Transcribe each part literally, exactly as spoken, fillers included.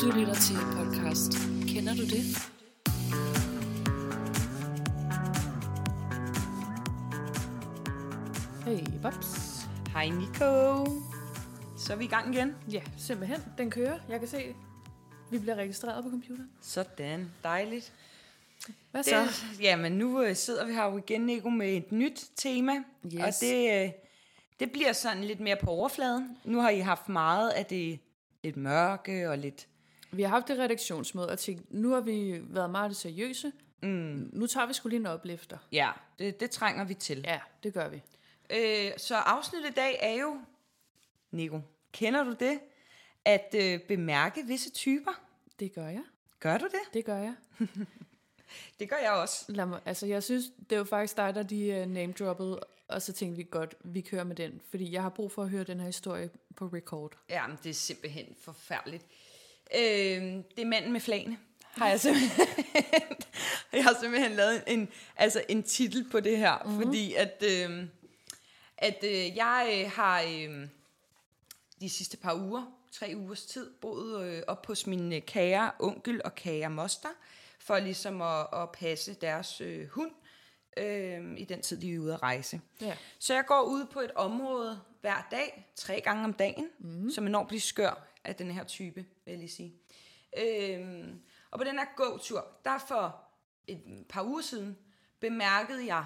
Du lytter til en podcast. Kender du det? Hey, Babs. Hej Nico. Så er vi i gang igen. Ja, simpelthen. Den kører. Jeg kan se, vi bliver registreret på computeren. Sådan, dejligt. Hvad så? Det, jamen, nu uh, sidder vi her jo igen, Nico, med et nyt tema. Yes. Og det, uh, det bliver sådan lidt mere på overfladen. Nu har I haft meget af det lidt mørke og lidt... Vi har haft et redaktionsmøde og tænkt, nu har vi været meget seriøse. Mm. Nu tager vi sgu lige en oplifter. Ja, det, det trænger vi til. Ja, det gør vi. Uh, så afsnittet i dag er jo, Nico, kender du det? At uh, bemærke visse typer. Det gør jeg. Gør du det? Det gør jeg. Det gør jeg også. Lad mig, altså, jeg synes, det var faktisk dig, der de uh, name-droppede, og så tænkte vi godt, vi kører med den. Fordi jeg har brug for at høre den her historie på record. Jamen, det er simpelthen forfærdeligt. Øh, det er manden med flagene. Har jeg simpelthen, jeg har simpelthen lavet en, altså en titel på det her, mm-hmm. fordi at, øh, at øh, jeg øh, har øh, de sidste par uger, tre ugers tid, boet øh, op hos min øh, kære onkel og kære moster, for ligesom at, at passe deres øh, hund øh, i den tid, de er ude at rejse. Ja. Så jeg går ud på et område hver dag, tre gange om dagen, mm. som enormt bliver skør af den her type, vil jeg lige sige. Øhm, og på den her gåtur, der for et par uger siden, bemærkede jeg,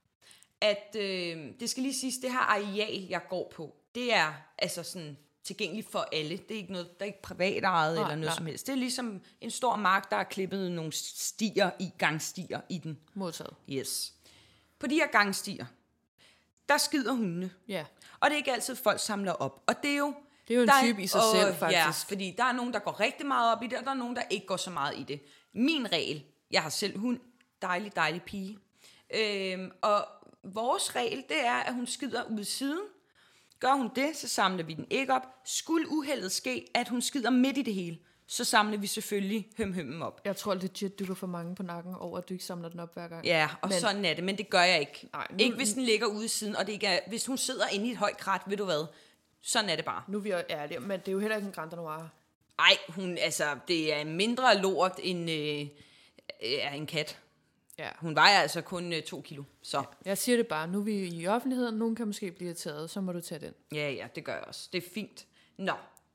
at øh, det skal lige siges, det her areal, jeg går på, det er altså sådan tilgængeligt for alle. Det er ikke noget, der er ikke privatejet eller noget nej. Som helst. Det er ligesom en stor mark, der er klippet nogle stier i, gangstier i den. Modtaget. Yes. På de her gangstier, der skider hundene. Ja. Og det er ikke altid, folk samler op. Og det er jo... Det er jo en der type i sig og, selv, faktisk. Ja, fordi der er nogen, der går rigtig meget op i det, og der er nogen, der ikke går så meget i det. Min regel, jeg har selv hund, dejlig, dejlig pige. Øhm, og vores regel, det er, at hun skider ud i siden. Gør hun det, så samler vi den ikke op. Skulle uheldet ske, at hun skider midt i det hele, så samler vi selvfølgelig høm-hømmen op. Jeg tror legit, du kan få mange på nakken over, at du ikke samler den op hver gang. Ja, og men, sådan er det, men det gør jeg ikke. Nej, nu, ikke hvis den ligger ude i siden, og det ikke er, hvis hun sidder inde i et højt krat, ved du hvad, sådan er det bare. Nu er vi jo ærlige, men det er jo heller ikke en Grand Noir. Ej, hun, altså, det er mindre lort end øh, øh, en kat. Ja. Hun vejer altså kun øh, to kilo, så. Ja, jeg siger det bare, nu er vi i offentligheden, nogen kan måske blive irriteret, så må du tage den. Ja, ja, det gør jeg også. Det er fint. Nå,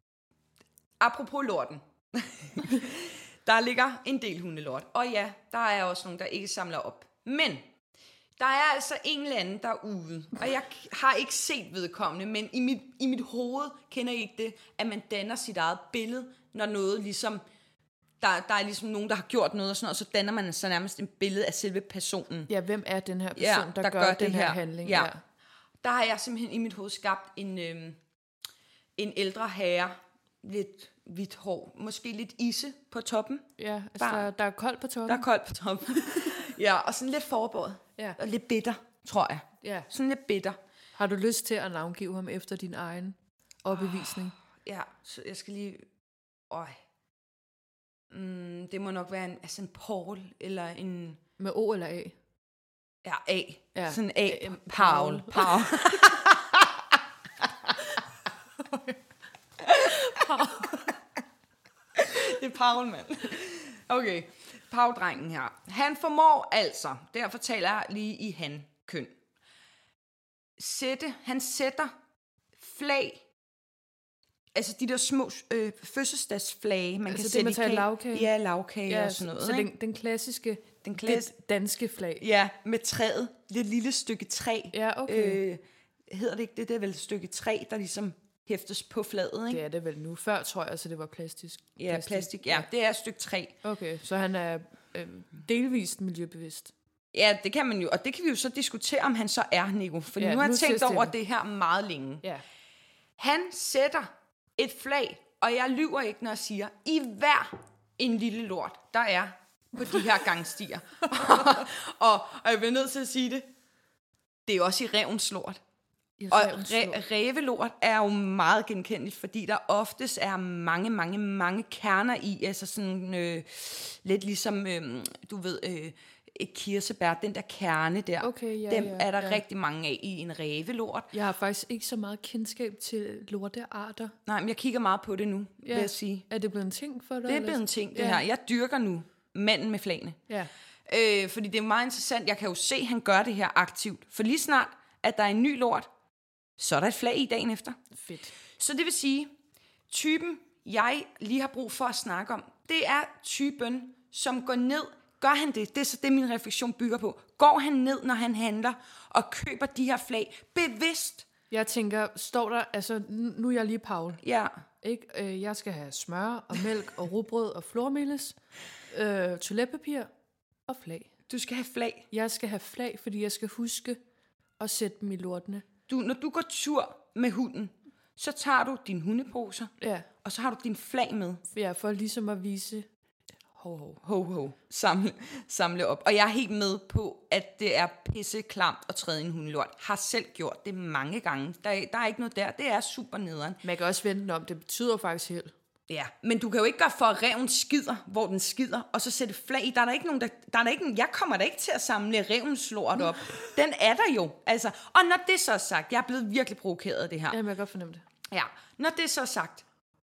apropos lorten. Der ligger en del hundelort, og ja, der er også nogen, der ikke samler op. Men der er altså en eller anden derude, og jeg har ikke set vedkommende, men i mit, i mit hoved kender jeg ikke det, at man danner sit eget billede, når noget ligesom, der, der er ligesom nogen, der har gjort noget og sådan noget, og så danner man så nærmest et billede af selve personen. Ja, hvem er den her person, ja, der, der gør, gør den det her, her handling? Ja. Ja. Der har jeg simpelthen i mit hoved skabt en, øhm, en ældre herre, lidt hvidt hår, måske lidt isse på toppen. Ja, altså der, der er koldt på toppen. Der er koldt på toppen. Ja, og sådan lidt forbåret. Ja. Og lidt bitter, tror jeg. Ja. Sådan lidt bitter. Har du lyst til at navngive ham efter din egen overbevisning? Oh, ja, så jeg skal lige... Øj. Mm, det må nok være en, altså en Paul, eller en... Med O eller A? Ja, A. Ja. Sådan A. A- Paul. Paul. Paul. Det er Paul, mand. Okay, Paul-drengen her. Han formår altså, derfor taler jeg lige i han-køn, sætte, han sætter flag, altså de der små øh, fødselsdagsflage, man altså kan det, sætte man i tager kage. lavkage? Ja, lavkage ja, og sådan noget. Så ikke? den, den klassiske, den klass- det danske flag? Ja, med træet. Det lille stykke træ. Ja, okay. Øh, hedder det ikke det? Det er vel et stykke træ, der ligesom hæftes på fladet, ikke? Det er det vel nu. Før tror jeg, altså det var plastisk. Ja, plastik. plastik. Ja, det er et stykke træ. Okay, så han er øh, delvist miljøbevidst. Ja, det kan man jo, og det kan vi jo så diskutere, om han så er, Nico. For ja, nu har jeg tænkt over det her meget længe. Ja. Han sætter et flag, og jeg lyver ikke, når jeg siger, i hver en lille lort, der er på de her gangstier. og, og jeg bliver nødt til at sige det, det er også i revens lort. Og re- rævelort er jo meget genkendeligt, fordi der oftest er mange, mange, mange kerner i, altså sådan øh, lidt ligesom, øh, du ved, øh, et kirsebær, den der kerne der, Okay, ja, dem ja, er der ja. rigtig mange af i en rævelort. Jeg har faktisk ikke så meget kendskab til lortearter. Nej, men jeg kigger meget på det nu, Ja. vil jeg sige. Er det blevet en ting for dig? Det er eller? blevet en ting, det Ja. her. Jeg dyrker nu manden med flagene. Ja. Øh, fordi det er meget interessant. Jeg kan jo se, at han gør det her aktivt. For lige snart, at der er en ny lort, så er der et flag i dagen efter. Fedt. Så det vil sige, typen, jeg lige har brug for at snakke om, det er typen, som går ned. Gør han det? Det er så det, min refleksion bygger på. Går han ned, når han handler, og køber de her flag bevidst? Jeg tænker, står der, altså nu er jeg lige Paul, Ja. ikke? Øh, Jeg skal have smør og mælk og rugbrød og flormelis, øh, toiletpapir og flag. Du skal have flag. Jeg skal have flag, fordi jeg skal huske at sætte dem i lortene. Du, når du går tur med hunden, så tager du dine hundeposer, Ja, og så har du din flag med. ja, for ligesom at vise, hov, hov. Ho, ho. Samle, samle op. Og jeg er helt med på, at det er pisseklamt at træde i en hundelort. Har selv gjort det mange gange. Der er, der er ikke noget der. Det er super nederen. Man kan også vente den om, det betyder faktisk held. Ja, men du kan jo ikke gøre for, at reven skider, hvor den skider, og så sætte flag i. Der er der ikke nogen, der, der er der ikke, jeg kommer da ikke til at samle revens lort op. Den er der jo. Altså, og når det så er sagt, jeg er blevet virkelig provokeret af det her. Jamen, jeg kan godt fornemme det. Ja, når det så er sagt.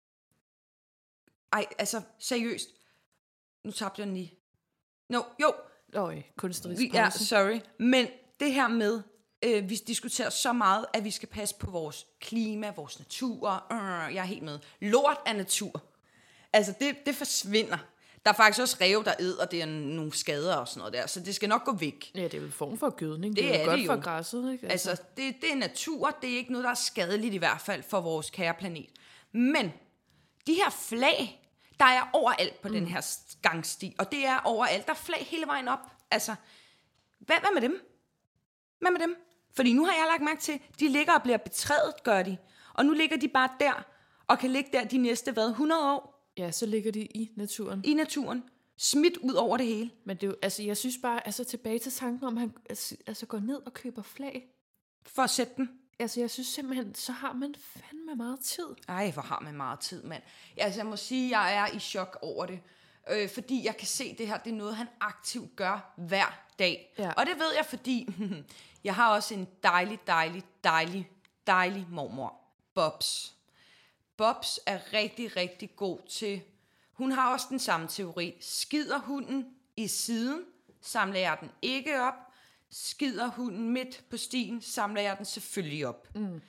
Ej, altså, seriøst. Nu tabte jeg den lige. No, jo, Øj, kunstnerisk vi, ja, pause. sorry. Men det her med, øh, vi diskuterer så meget, at vi skal passe på vores klima, vores natur. Øh, jeg er helt med. Lort er natur. Altså, det, det forsvinder. Der er faktisk også ræve, der æder, det er nogle skader og sådan noget der, så det skal nok gå væk. Ja, det er jo en form for gødning. Det Det, det er er jo godt det jo. for græsset, ikke? Altså, det, det er natur, det er ikke noget, der er skadeligt i hvert fald for vores kære planet. Men de her flag, der er overalt på mm. den her gangsti, og det er overalt, der er flag hele vejen op. Altså, hvad, hvad med dem? Hvad med dem? Fordi nu har jeg lagt mærke til, de ligger og bliver betrædet, gør de. Og nu ligger de bare der, og kan ligge der de næste, hvad, hundrede år Ja, så ligger de i naturen. i naturen. Smidt ud over det hele. Men det er jo, altså, jeg synes bare, altså tilbage til tanken om, at han altså, altså går ned og køber flag. For at sætte den. Altså, jeg synes simpelthen, så har man fandme meget tid. Ej, hvor har man meget tid, mand. Altså, jeg må sige, jeg er i chok over det. Øh, fordi jeg kan se, det her, det er noget, han aktivt gør hver dag. Ja. Og det ved jeg, fordi jeg har også en dejlig, dejlig, dejlig, dejlig mormor. Bobs. Bobs er rigtig, rigtig god til... Hun har også den samme teori. Skider hunden i siden, samler jeg den ikke op. Skider hunden midt på stien, samler jeg den selvfølgelig op. Mm.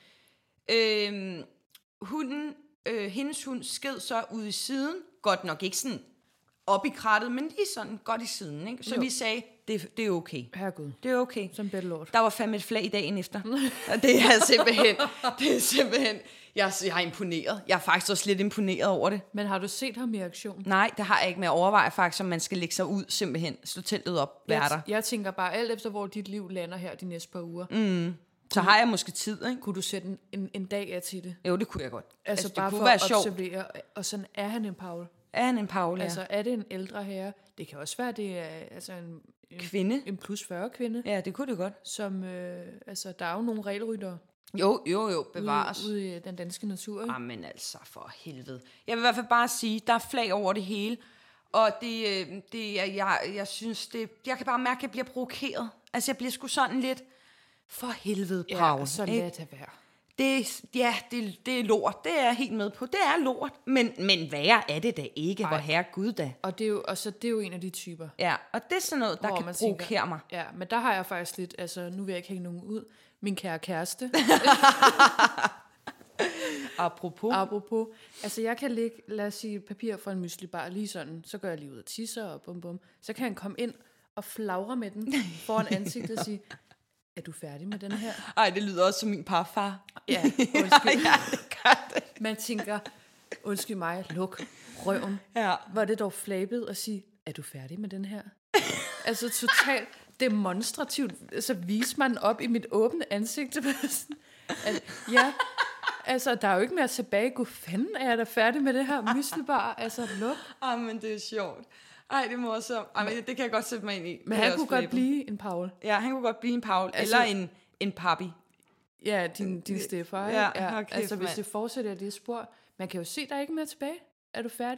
Øhm, hunden, øh, hendes hund sked så ud i siden. Godt nok ikke sådan op i krattet, men lige sådan godt i siden. Ikke? Så Jo. vi sagde, det, det er okay. Herregud. Det er okay. Som beddelort. Der var fandme et flag i dagen efter. Og det er simpelthen, det er simpelthen, jeg, jeg er imponeret. Jeg er faktisk også lidt imponeret over det. Men har du set ham i aktion? Nej, det har jeg ikke med at overveje faktisk, om man skal lægge sig ud simpelthen. Slå teltet op, være der. Jeg, jeg tænker bare, alt efter hvor dit liv lander her de næste par uger, Mm. Så har jeg måske tid, ikke? kunne du sætte en, en, en dag af til det? Jo, det kunne jeg godt. Altså, det bare kunne for være at sjovt. observere. Og sådan er han en Paul. Er han en Paul, ja. Altså, er det en ældre herre? Det kan også være, det er altså en, en, Kvinde? en plus fyrre kvinde, Ja, det kunne det godt. som, øh, altså, der er jo nogle regelryttere Jo, jo, jo, bevares. ude, ude i den danske natur, ikke? Jamen altså, for helvede. Jeg vil i hvert fald bare sige, der er flag over det hele. Og det, øh, det jeg, jeg, jeg synes, det, jeg kan bare mærke, at jeg bliver provokeret. Altså, jeg bliver sgu sådan lidt, for helvede, Paul. Ja, så ikke? lad det være. Det, ja, det, det er lort. Det er jeg helt med på. Det er lort. Men, men værre er det da ikke, hvor herre Gud da. Og det er jo, og så, det er jo en af de typer. Ja, og det er sådan noget, der hvor kan man provokere tænker, mig. Ja, men der har jeg faktisk lidt, altså nu vil jeg ikke hænge nogen ud. Min kære kæreste, Apropos. apropos, altså jeg kan lægge, lad os sige, papir fra en myslibar lige sådan, så gør jeg lige ud af tisser og bum bum. Så kan han komme ind og flagre med den foran ansigtet og sige, er du færdig med den her? Ej, det lyder også som min parfar. Ja, undskyld. Ja, det gør det. Man tænker, undskyld mig, luk røven. Ja. Var det dog flabet at sige, er du færdig med den her? Altså totalt demonstrativt, så viser man op i mit åbne ansigt. At, ja, altså der er jo ikke mere tilbage. Gud fanden, er jeg da færdig med det her myslibar? Altså luk. Ej, men det er sjovt. Ej, det er morsomt. Ej, men det kan jeg godt sætte mig ind i. Men Det er han også kunne godt flabet. blive en Paul. Ja, han kunne godt blive en Paul. Altså- Eller en, en papi. Ja, din, din stefar. Ja, ikke? hold kæft, altså hvis mand. det fortsætter det spor. Man kan jo se, der er ikke mere tilbage. Er du færdig?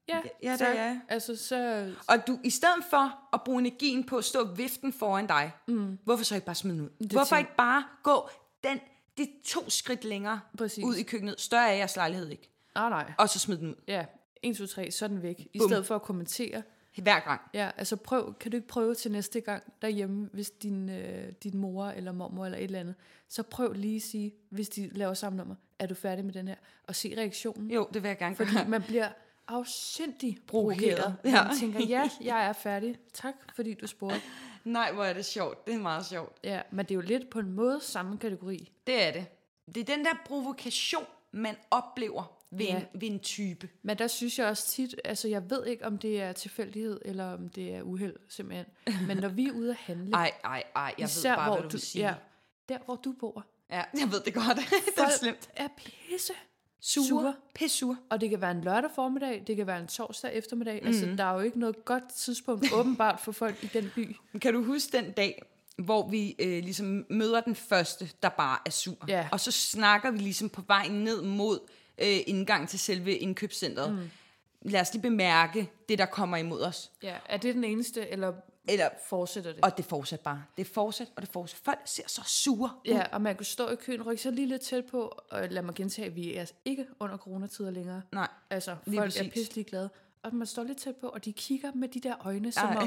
Ja, Ja, det så, er jeg. Altså, så... Og du, i stedet for at bruge energien på at stå viften foran dig, mm. hvorfor så ikke bare smide den ud? Det Hvorfor tænker- ikke bare gå den, de to skridt længere Præcis. ud i køkkenet? Større er jeres lejlighed ikke. Ah, nej. Og så smid den ud. Ja, en, to, tre, så er den væk. I Bum. stedet for at kommentere. Hver gang. Ja, altså prøv, kan du ikke prøve til næste gang derhjemme, hvis din, øh, din mor eller mormor eller et eller andet, så prøv lige at sige, hvis de laver sammen nummer, er du færdig med den her? Og se reaktionen. Jo, det vil jeg gerne Fordi gøre. man bliver afsindig Provokeret. provokeret. Ja. Man tænker, ja, jeg er færdig. Tak, fordi du spurgte. Nej, hvor er det sjovt. Det er meget sjovt. Ja, men det er jo lidt på en måde samme kategori. Det er det. Det er den der provokation, man oplever ved, Ja. en, ved en type. Men der synes jeg også tit, altså jeg ved ikke, om det er tilfældighed, eller om det er uheld, simpelthen. Men når vi er ude at handle, Ej, ej, ej, jeg især ved bare, hvor hvad du du, vil sige. ja, der hvor du bor, Ja, jeg ved det godt. det er folk slemt. er pisse Sure. sure. Pissure. Og det kan være en lørdag formiddag, det kan være en torsdag eftermiddag. Mm. Altså, der er jo ikke noget godt tidspunkt åbenbart for folk i den by. Kan du huske den dag, hvor vi øh, ligesom møder den første, der bare er sur? Ja. Og så snakker vi ligesom på vej ned mod øh, indgang til selve indkøbscentret. Mm. Lad os lige bemærke det, der kommer imod os. Ja, er det den eneste, eller, Eller, fortsætter det? og det fortsætter bare. Det fortsætter, og det fortsætter. Folk ser så sure ud. Ja, og man kunne stå i køen, rykke sig lige lidt tæt på, og lad mig gentage, at vi er ikke under coronatider længere. Nej. Altså, Lige folk præcis. er pisselig glade. Og man står lidt tæt på, og de kigger med de der øjne, som Ej. om,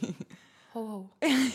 hov, hov.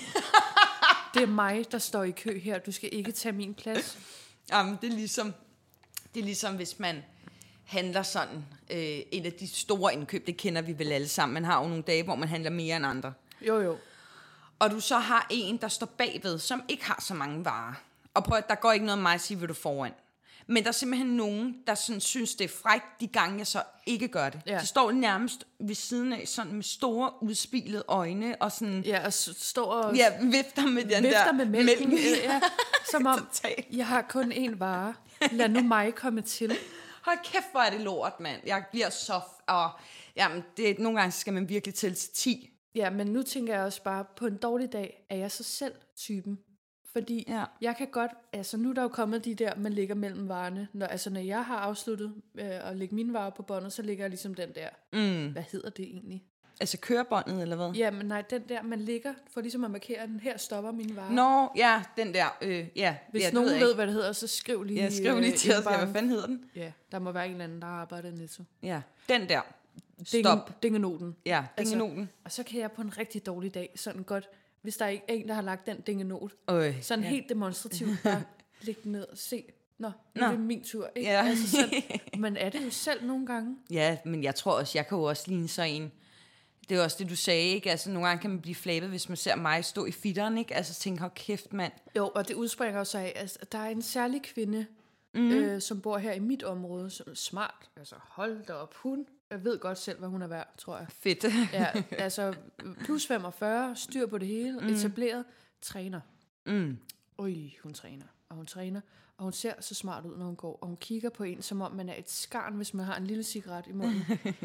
Det er mig, der står i kø her. Du skal ikke tage min plads. Jamen, det er ligesom, det er ligesom hvis man handler sådan øh, en af de store indkøb, det kender vi vel alle sammen. Man har jo nogle dage, hvor man handler mere end andre. Jo, jo. Og du så har en, der står bagved, som ikke har så mange varer. Og prøv at der går ikke noget af mig at sige, vil du foran. Men der er simpelthen nogen, der sådan, synes, det er frækt, de gange jeg så ikke gør det. Ja. De står nærmest ved siden af, sådan med store, udspilede øjne, og sådan, Ja, og s- står og ja, vifter med den vifter der med mælken. mælken. Ja, som om, Totalt. jeg har kun én vare. Lad nu mig komme til. Hold kæft, hvor er det lort, mand. Jeg bliver så... Og, jamen, det, nogle gange skal man virkelig tælle til ti. Ja, men nu tænker jeg også bare, på en dårlig dag, er jeg så selv typen. Fordi Ja. jeg kan godt, altså nu er der jo kommet de der, man ligger mellem varerne. Når, altså når jeg har afsluttet øh, at lægge mine varer på båndet, så ligger jeg ligesom den der. Mm. Hvad hedder det egentlig? Altså kørebåndet, eller hvad? Ja, men nej, den der, man ligger, for ligesom at markere, den her stopper mine varer. Nå, ja, den der. Øh, ja, Hvis ja, det nogen jeg ved, ikke. hvad det hedder, så skriv lige. Ja, skriv lige øh, til os, ja, indbakken. hvad fanden hedder den? Ja, der må være en eller anden, der har arbejdet i Netto. Ja, den der. Dinge- Stop. Dingenoten. Ja, Altså, dingenoten. Og så kan jeg på en rigtig dårlig dag, sådan godt, hvis der ikke er en, der har lagt den dingenot, Øh, sådan ja. helt demonstrativt, bare lægge den ned og se, nå, nu Nå. er det min tur. Ikke? Ja. Altså sådan, man er det jo selv nogle gange. Ja, men jeg tror også, jeg kan jo også ligne så en. Det er også det, du sagde, ikke? Altså, nogle gange kan man blive flabet, hvis man ser mig stå i fitteren, ikke? Altså, tænker, hold kæft, mand. Jo, og det udspringer også af, at altså, der er en særlig kvinde, Mhm. mm. øh, som bor her i mit område, som er smart. Altså, hold da op, hun jeg ved godt selv, hvad hun er værd, tror jeg. Fedt. Ja, altså, plus femogfyrre, styr på det hele, mm. etableret, træner. Mm. Øj, hun træner, og hun træner, og hun ser så smart ud, når hun går, og hun kigger på en, som om man er et skarn, hvis man har en lille cigaret i munden.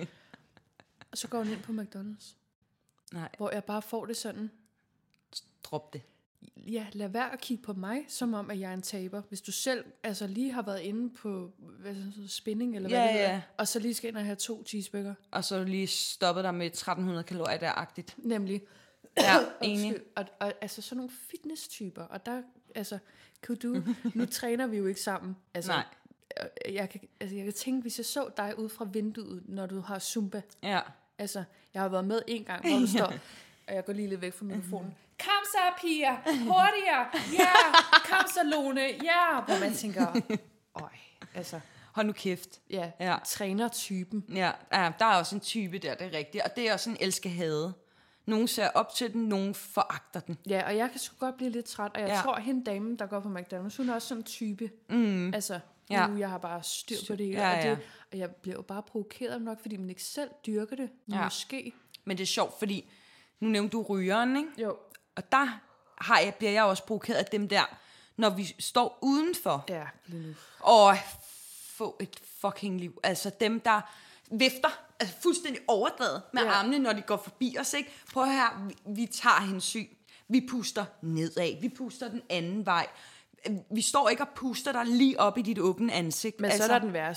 Og så går hun ind på McDonald's, Nej, hvor jeg bare får det sådan, drop det. ja, lad være at kigge på mig, som om, at jeg er en taber. Hvis du selv altså, lige har været inde på hvad, så, spinning, eller hvad Ja, det hedder, ja. og så lige skal ind og have to cheeseburger, Og så lige stoppet dig med tretten hundrede kalorier der-agtigt. nemlig. Ja, enig. Undskyld. Og, og altså sådan nogle fitness-typer, og der, altså, kan du, nu træner vi jo ikke sammen. Altså, Nej. Jeg kan, altså, jeg kan tænke, hvis jeg så dig ud fra vinduet, når du har Zumba. Ja. Altså, jeg har været med en gang, hvor du står, og jeg går lige lidt væk fra mikrofonen. Kom så, piger! Hurtigere! Ja! Kom så, Lone! Ja! Hvor man tænker, øj, altså, Hold nu kæft. ja, Ja. træner-typen. Ja, ja, der er også en type der, det er rigtigt. Og det er også en elske-hade. Nogen ser op til den, nogen foragter den. Ja, og jeg kan sgu godt blive lidt træt, og jeg Ja. ja. tror, hende dame, der går på McDonald's, hun er også sådan en type. Mm. Altså, Ja. nu jeg har bare styr på det hele, Ja, og, det ja. og jeg bliver jo bare provokeret nok, fordi man ikke selv dyrker det. Ja. Måske. Men det er sjovt, fordi nu nævnte du rygeren, ikke? Jo. Og der har jeg, bliver jeg også provokeret af dem der, når vi står udenfor. Ja, lige nu. Og få et fucking liv. Altså dem, der vifter, altså fuldstændig overdrevet med Ja. armene, når de går forbi os, ikke? Prøv her, vi, vi tager hensyn. Vi puster nedad, vi puster den anden vej. Vi står ikke og puster dig lige op i dit åbne ansigt. Men altså, så er der den værste.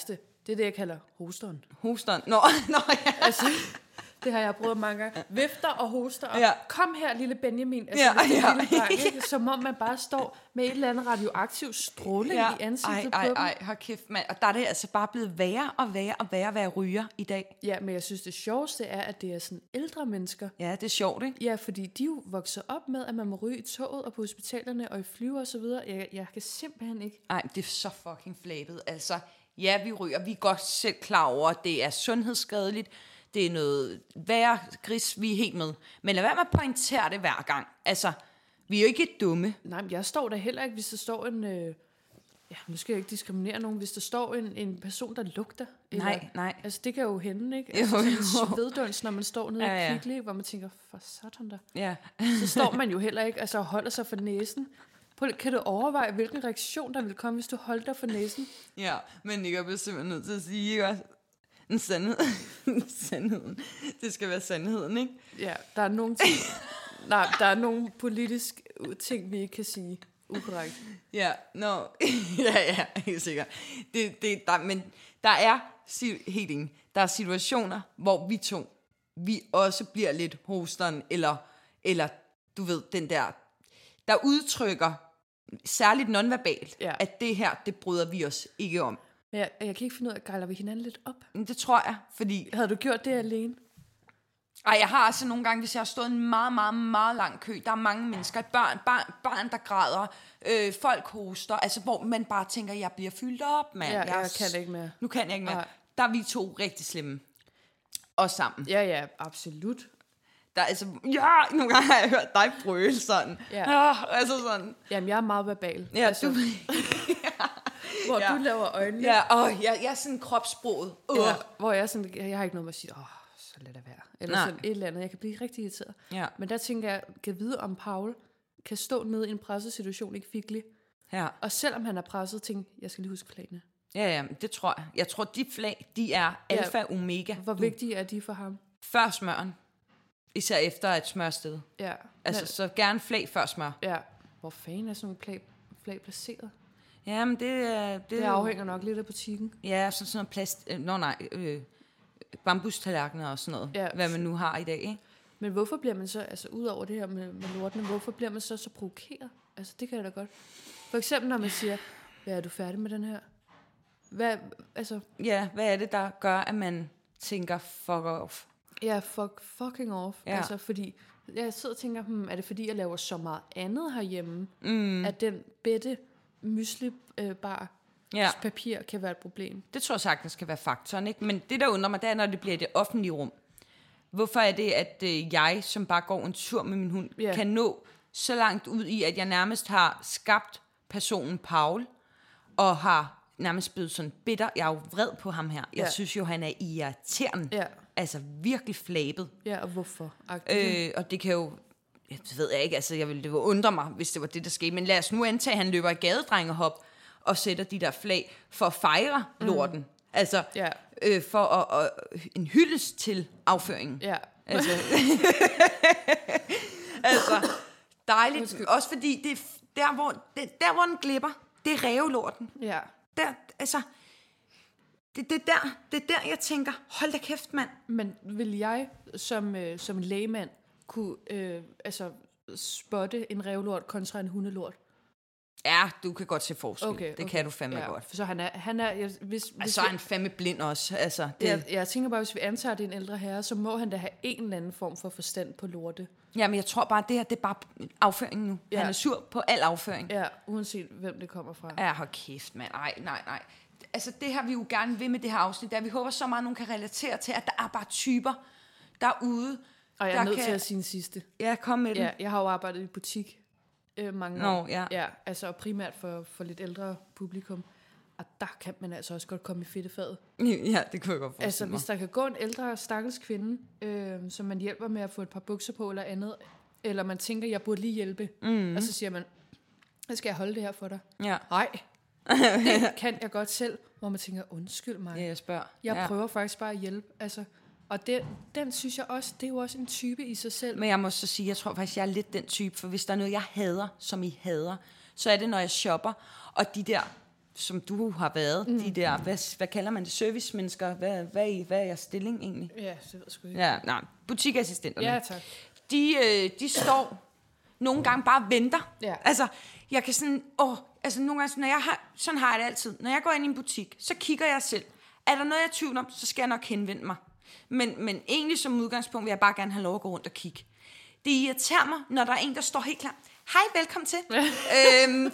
Det er det, jeg kalder hosteren. Hosteren? Nå, nå ja. Altså, det har jeg prøvet mange gange. Vifter og hoster. Og Ja. kom her, lille Benjamin. Altså, Ja, ja, ja. lille dreng, ikke? Som om man bare står med et eller andet radioaktiv stråling Ja. i ansigtet ej, ej, på dem. ej, hold kæft, mand. Og der er det altså bare blevet værre og værre og værre at være ryger i dag. Ja, men jeg synes, det sjoveste er, at det er sådan ældre mennesker. Ja, det er sjovt, ikke? Ja, fordi de jo vokser op med, at man må ryge i toget og på hospitalerne og i flyver og så videre. Jeg, jeg kan simpelthen ikke. Ej, det er så fucking flabet. Altså, ja, vi ryger. Vi er godt selv klar over, at det er sundhedsskadeligt. Det er noget værre gris, vi er helt med. Men lad være med at pointere det hver gang. Altså, vi er jo ikke dumme. Nej, men jeg står der heller ikke, hvis der står en... Øh, ja, nu skal jeg ikke diskriminere nogen. Hvis der står en, en person, der lugter. Eller, Nej, nej. Altså, det kan jo hende, ikke? Jo, Altså, sådan jo. en svedduns, når man står nede Ja, ja, ja. i Kvickly, hvor man tænker, for sådan der. Ja. Så står man jo heller ikke, altså og holder sig for næsen. Prøv, kan du overveje, hvilken reaktion der vil komme, hvis du holder dig for næsen? Ja, men jeg bliver simpelthen nødt til at sige, ikke også? En sandhed. Sandheden. Det skal være sandheden, ikke? Ja, der er nogle ting, nej, der er nogle politiske ting, vi ikke kan sige ukorrekt. Ja, no. ja, ja, helt sikkert. Det, det, der, men der er, helt enig, der er situationer, hvor vi to, vi også bliver lidt hosteren, eller, eller du ved, den der, der udtrykker, særligt nonverbalt, Ja. at det her, det bryder vi os ikke om. Men jeg, jeg kan ikke finde ud af, gejler vi hinanden lidt op? Men det tror jeg, fordi Havde du gjort det alene? ej, jeg har altså nogle gange, hvis jeg har stået i en meget, meget, meget lang kø, der er mange mennesker, børn, barn, barn der græder, øh, folk hoster, altså hvor man bare tænker, jeg bliver fyldt op, mand. Ja, jeg er kan s- ikke mere. Nu kan jeg ikke mere. Nej. Der er vi to rigtig slemme. Og sammen. Ja, ja, absolut. Der er altså, ja, nogle gange har jeg hørt dig brøle sådan. Ja. Ja, altså sådan. Jamen, jeg er meget verbal. Ja, du, Hvor ja. du laver øjnene. ja, åh, jeg, jeg er sådan kropssproget. Uh. Ja, hvor jeg, er sådan, jeg har ikke noget med at sige, åh, så lad det være. Eller Nej. sådan et eller andet. Jeg kan blive rigtig irriteret. Ja. Men der tænker jeg, kan vide om Paul kan stå nede i en pressesituation i Kvickly, Ja. og selvom han er presset, tænke, jeg skal lige huske flagene. ja, ja, det tror jeg. Jeg tror, de flag, de er alfa og omega. Hvor Du- vigtige er de for ham? Før smøren. Især efter et smørsted. Ja. Altså, Men, så gerne flag før smør. ja. Hvor fanden er sådan nogle flag, flag placeret? Jamen, det er... Det, Det er jo- afhænger nok lidt af butikken. Ja, sådan sådan noget plast... Øh, nå, nej. Øh, bambustallerkener og sådan noget. Ja. Hvad man nu har i dag, ikke? Men hvorfor bliver man så, altså ud over det her med, med lortene, hvorfor bliver man så så provokeret? Altså, det kan jeg da godt. For eksempel, når man siger, hvad er du færdig med den her? Hvad, altså, Ja, hvad er det, der gør, at man tænker fuck off? ja, fuck, fucking off. Ja. Altså, fordi jeg sidder og tænker, hmm, er det fordi, jeg laver så meget andet herhjemme, mm. at den bedte mysli-bar Ja, papir kan være et problem? det tror jeg sagtens skal være faktoren, ikke? Men det, der undrer mig, det er, når det bliver i det offentlige rum. Hvorfor er det, at øh, jeg, som bare går en tur med min hund, Ja. kan nå så langt ud i, at jeg nærmest har skabt personen Paul, og har nærmest blevet sådan bitter. Jeg er jo vred på ham her. Jeg Ja. synes jo, han er irriterende. Ja, Altså virkelig flabet. ja, og hvorfor? Øh, og det kan jo, ja, det ved jeg ikke, altså jeg ville, det ville undre mig, hvis det var det, der skete. Men lad os nu antage, at han løber i gadedrengehop og sætter de der flag for at fejre lorten. Mm. Altså Ja. øh, for at, at, en hyldest til afføringen. Ja, Altså, altså dejligt. Undskyld. Også fordi, det er f- der, hvor, det, der, hvor den glipper, det er rævelorten. ja. Der, altså, det, det, der, det er der, jeg tænker, hold da kæft, mand. Men vil jeg som, øh, som lægemand kunne øh, altså, spotte en revlort kontra en hundelort? Ja, du kan godt se forskel. Okay, det okay. kan du fandme Ja, godt. så han er, han er jeg, hvis, hvis Altså, så er han fandme blind også. Altså, det, jeg, jeg tænker bare, hvis vi antager, at det er en ældre herre, så må han da have en eller anden form for forstand på lorte. Jamen, jeg tror bare, det her, det er bare afføring nu. Ja. Han er sur på al afføring. Ja, uanset hvem det kommer fra. Ja, hold kæft, mand. Ej, nej, nej. Altså, det her vi jo gerne vil med det her afsnit, der vi håber så meget, at nogen kan relatere til, at der er bare typer derude. Og jeg er der nødt kan... til at sige en sidste. Ja, kom med den. Ja, jeg har jo arbejdet i butik øh, mange Nå, år. ja. Ja, altså primært for, for lidt ældre publikum. Og der kan man altså også godt komme i fedtefadet. Ja, det kunne jeg godt forestille Altså, mig. hvis der kan gå en ældre stakkels kvinde, øh, som man hjælper med at få et par bukser på eller andet, eller man tænker, jeg burde lige hjælpe, mm. og så siger man, jeg skal jeg holde det her for dig? Ja. Nej, det kan jeg godt selv, hvor man tænker, undskyld mig. Ja, jeg spørger. Jeg ja. prøver faktisk bare at hjælpe. Altså, og det, den synes jeg også, det er jo også en type i sig selv. Men jeg må så sige, jeg tror faktisk, jeg er lidt den type, for hvis der er noget, jeg hader, som I hader, så er det, når jeg shopper, og de der som du har været, mm. de der, hvad, hvad kalder man det, servicemennesker, hvad, hvad, er, hvad er jeres stilling egentlig? Ja, det ved jeg sgu ikke. Ja, nej, butikassistenterne. Ja, tak. De, øh, de står nogle gange bare og venter. Ja. Altså, jeg kan sådan, åh, altså nogle gange, når jeg har, sådan har jeg det altid. Når jeg går ind i en butik, så kigger jeg selv. Er der noget, jeg tvivler om, så skal jeg nok henvende mig. Men, men egentlig som udgangspunkt vil jeg bare gerne have lov at gå rundt og kigge. Det irriterer mig, når der er en, der står helt klar. Hej, velkommen til. øhm,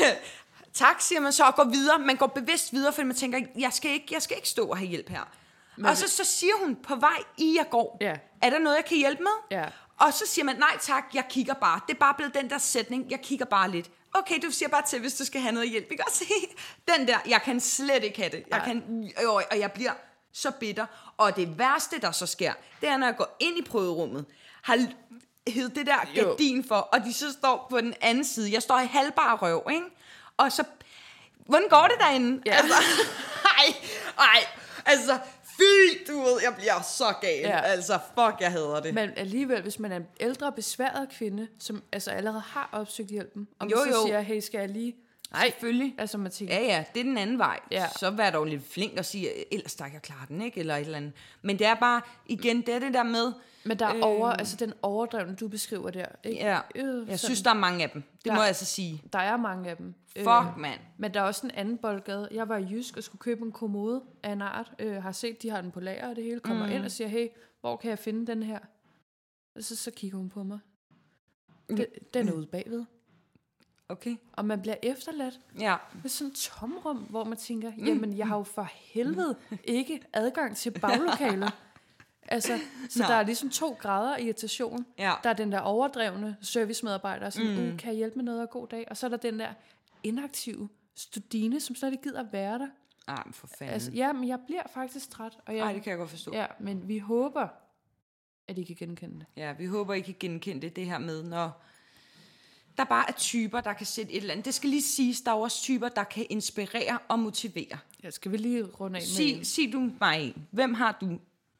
tak, siger man så, og går videre. Man går bevidst videre, fordi man tænker, jeg skal ikke, jeg skal ikke stå og have hjælp her. Men og så, så siger hun, på vej i jeg går, ja. Er der noget, jeg kan hjælpe med? Ja. Og så siger man, nej tak, jeg kigger bare. Det er bare blevet den der sætning, jeg kigger bare lidt. Okay, du siger bare til, hvis du skal have noget hjælp. Ikke også? Den der, jeg kan slet ikke have det. Jeg kan, og jeg bliver så bitter. Og det værste, der så sker, det er, når jeg går ind i prøverummet, har hævet det der gardin for, og de så står på den anden side. Jeg står i halvbar røv, ikke? Og så, hvordan går det derinde? Ja. Altså, ej, ej, altså, fy, du ved, jeg bliver så gal. Ja. Altså, fuck, jeg hader det. Men alligevel, hvis man er en ældre, besværet kvinde, som altså allerede har opsøgt hjælpen, og jo, man så jo. siger, hey, skal jeg lige... Nej, selvfølgelig. Altså, man tænker, ja, ja, det er den anden vej. Ja. Så vær dog lidt flink og sige, ellers der kan jeg klare den, ikke? Eller et eller andet. Men det er bare, igen, det er det der med... Men der er øh, over, altså den overdrevne, du beskriver der, ikke? Ja, øh, jeg sådan. synes, der er mange af dem. Det der, må jeg altså sige. Der er mange af dem. Fuck, øh, mand. Men der er også en anden boldgade. Jeg var i Jysk og skulle købe en kommode af en art. Øh, har set, de har den på lager, og det hele kommer mm. ind og siger, hey, hvor kan jeg finde den her? Og så, så kigger hun på mig. Den, den er ude bagved. Okay. Og man bliver efterladt ja. med sådan et tomrum, hvor man tænker, jamen, jeg har jo for helvede ikke adgang til baglokalet. Altså, så Nej. Der er ligesom to grader irritation. Ja. Der er den der overdrevne servicemedarbejder, som, mm. uh, kan jeg hjælpe med noget og god dag? Og så er der den der inaktive studine, som slet ikke gider at være der. Ej, for fanden. Altså, ja, men jeg bliver faktisk træt. Og jeg, Ej, det kan jeg godt forstå. Ja, men vi håber, at I kan genkende det. Ja, vi håber, I kan genkende det, det her med, når der bare er typer, der kan sætte et eller andet. Det skal lige siges, der er også typer, der kan inspirere og motivere. Ja, skal vi lige runde af med sig, en? Sig du mig en. Hvem har du?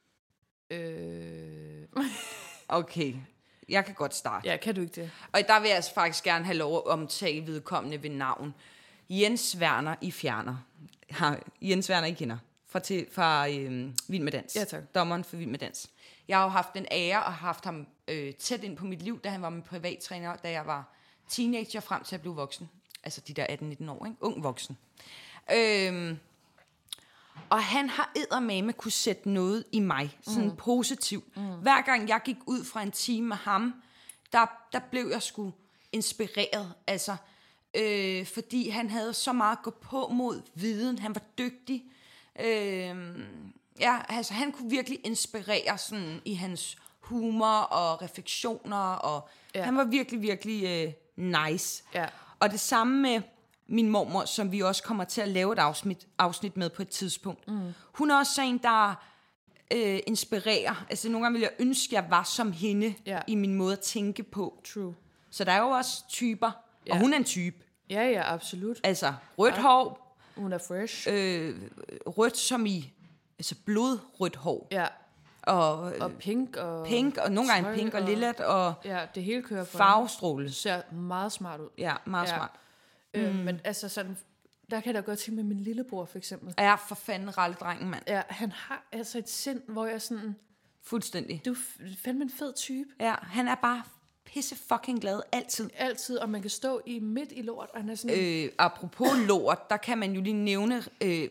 Øh... Okay, jeg kan godt starte. Ja, kan du ikke det? Og der vil jeg altså faktisk gerne have lov at omtale vedkommende ved navn. Jens Werner i Fjerner. Har Jens Werner, I kender. Fra, til, fra øh, Vild med Dans. Ja, tak. Dommeren for Vild med Dans. Jeg har jo haft den ære og haft ham øh, tæt ind på mit liv, da han var min privattræner, da jeg var teenager frem til at blive voksen. Altså de der atten nitten år, ikke? Ung voksen. Øh, Og han har eddermame kunne sætte noget i mig, sådan mm. positivt. Mm. Hver gang jeg gik ud fra en time med ham, der, der blev jeg sgu inspireret. Altså, øh, fordi han havde så meget at gå på mod viden. Han var dygtig. Øh, ja, altså, han kunne virkelig inspirere sådan, i hans humor og refleksioner. Og ja. Han var virkelig, virkelig øh, nice. Ja. Og det samme med min mormor, som vi også kommer til at lave et afsnit, afsnit med på et tidspunkt. Mm. Hun er også en, der øh, inspirerer. Altså nogle gange ville jeg ønske, at jeg var som hende ja. I min måde at tænke på. True. Så der er jo også typer. Ja. Og hun er en type. Ja, ja, absolut. Altså rødt ja. Hår. Hun er fresh. Øh, rødt som i, altså blodrødt hår. Ja. Og, og pink og... Pink, og nogle gange pink og, og lillet. Og ja, det hele kører på. Farvestråle. Ser meget smart ud. Ja, meget ja. Smart. Øh, mm. Men altså sådan, der kan jeg da godt tænke med min lillebror for eksempel. Ja, for fanden ralledrengen, mand. Ja, han har altså et sind, hvor jeg sådan... Fuldstændig. Du er fandme en fed type. Ja, han er bare pisse fucking glad, altid. Altid, og man kan stå i midt i lort, og han er sådan... Øh, apropos lort, der kan man jo lige nævne... Øh,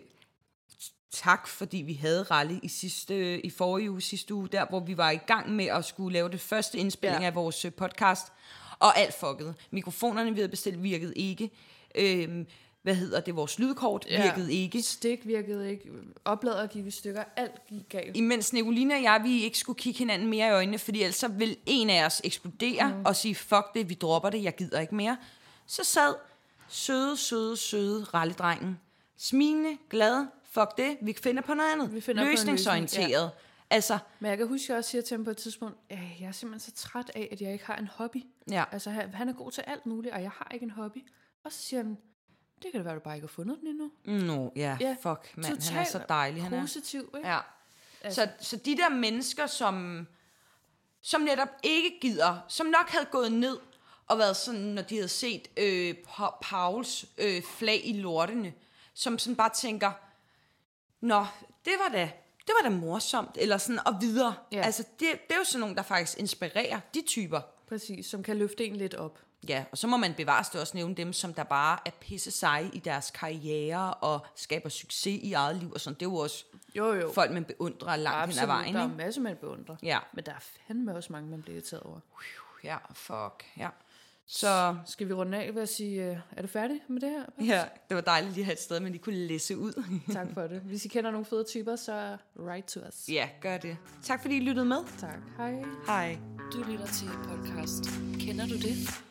tak, fordi vi havde rally i, sidste, i forrige uge, sidste uge, der hvor vi var i gang med at skulle lave det første indspilling ja. Af vores podcast. Og alt fuckede. Mikrofonerne, vi havde bestilt, virkede ikke. Øhm, hvad hedder det? Vores lydkort ja, virkede ikke. Stik virkede ikke. Oplader gik i stykker. Alt gik galt. Imens Nicoline og jeg, vi ikke skulle kigge hinanden mere i øjnene, fordi ellers så vil en af os eksplodere mm. og sige, fuck det, vi dropper det, jeg gider ikke mere. Så sad søde, søde, søde ralledrengen. Smilende, glad. Fuck det, vi finder på noget andet. Vi finder løsningsorienteret. Ja. Altså, men jeg kan huske, at jeg også siger til ham på et tidspunkt, jeg er simpelthen så træt af, at jeg ikke har en hobby. Ja. Altså, han er god til alt muligt, og jeg har ikke en hobby. Og så siger han, det kan det være, du bare ikke har fundet den endnu. Nå, no, ja, ja, fuck, mand, han er så dejlig. Han positiv, er. Ikke? Ja. Altså. Så, så de der mennesker, som, som netop ikke gider, som nok havde gået ned og været sådan, når de havde set øh, Pauls øh, flag i lortene, som sådan bare tænker, nå, det var da, det var da morsomt, eller sådan, og videre. Ja. Altså, det, det er jo sådan nogle, der faktisk inspirerer de typer. Præcis, som kan løfte en lidt op. Ja, og så må man bevares det også nævne dem, som der bare er pisse seje i deres karriere, og skaber succes i eget liv, og sådan. Det er jo også Jo, jo. folk, man beundrer langt Absolut, hen ad vejen. der er Ikke? masser, man beundrer. Ja. Men der er fandme også mange, man bliver irriteret over. Ja, fuck, ja. Så Skal vi runde af ved at sige, øh, er du færdig med det her? ja, det var dejligt lige at have et sted, man lige kunne læse ud. Tak for det. Hvis I kender nogle fede typer, så write to us. Ja, gør det. Tak fordi I lyttede med. Tak. Hej. Hej. Du lytter til podcast. Kender du det?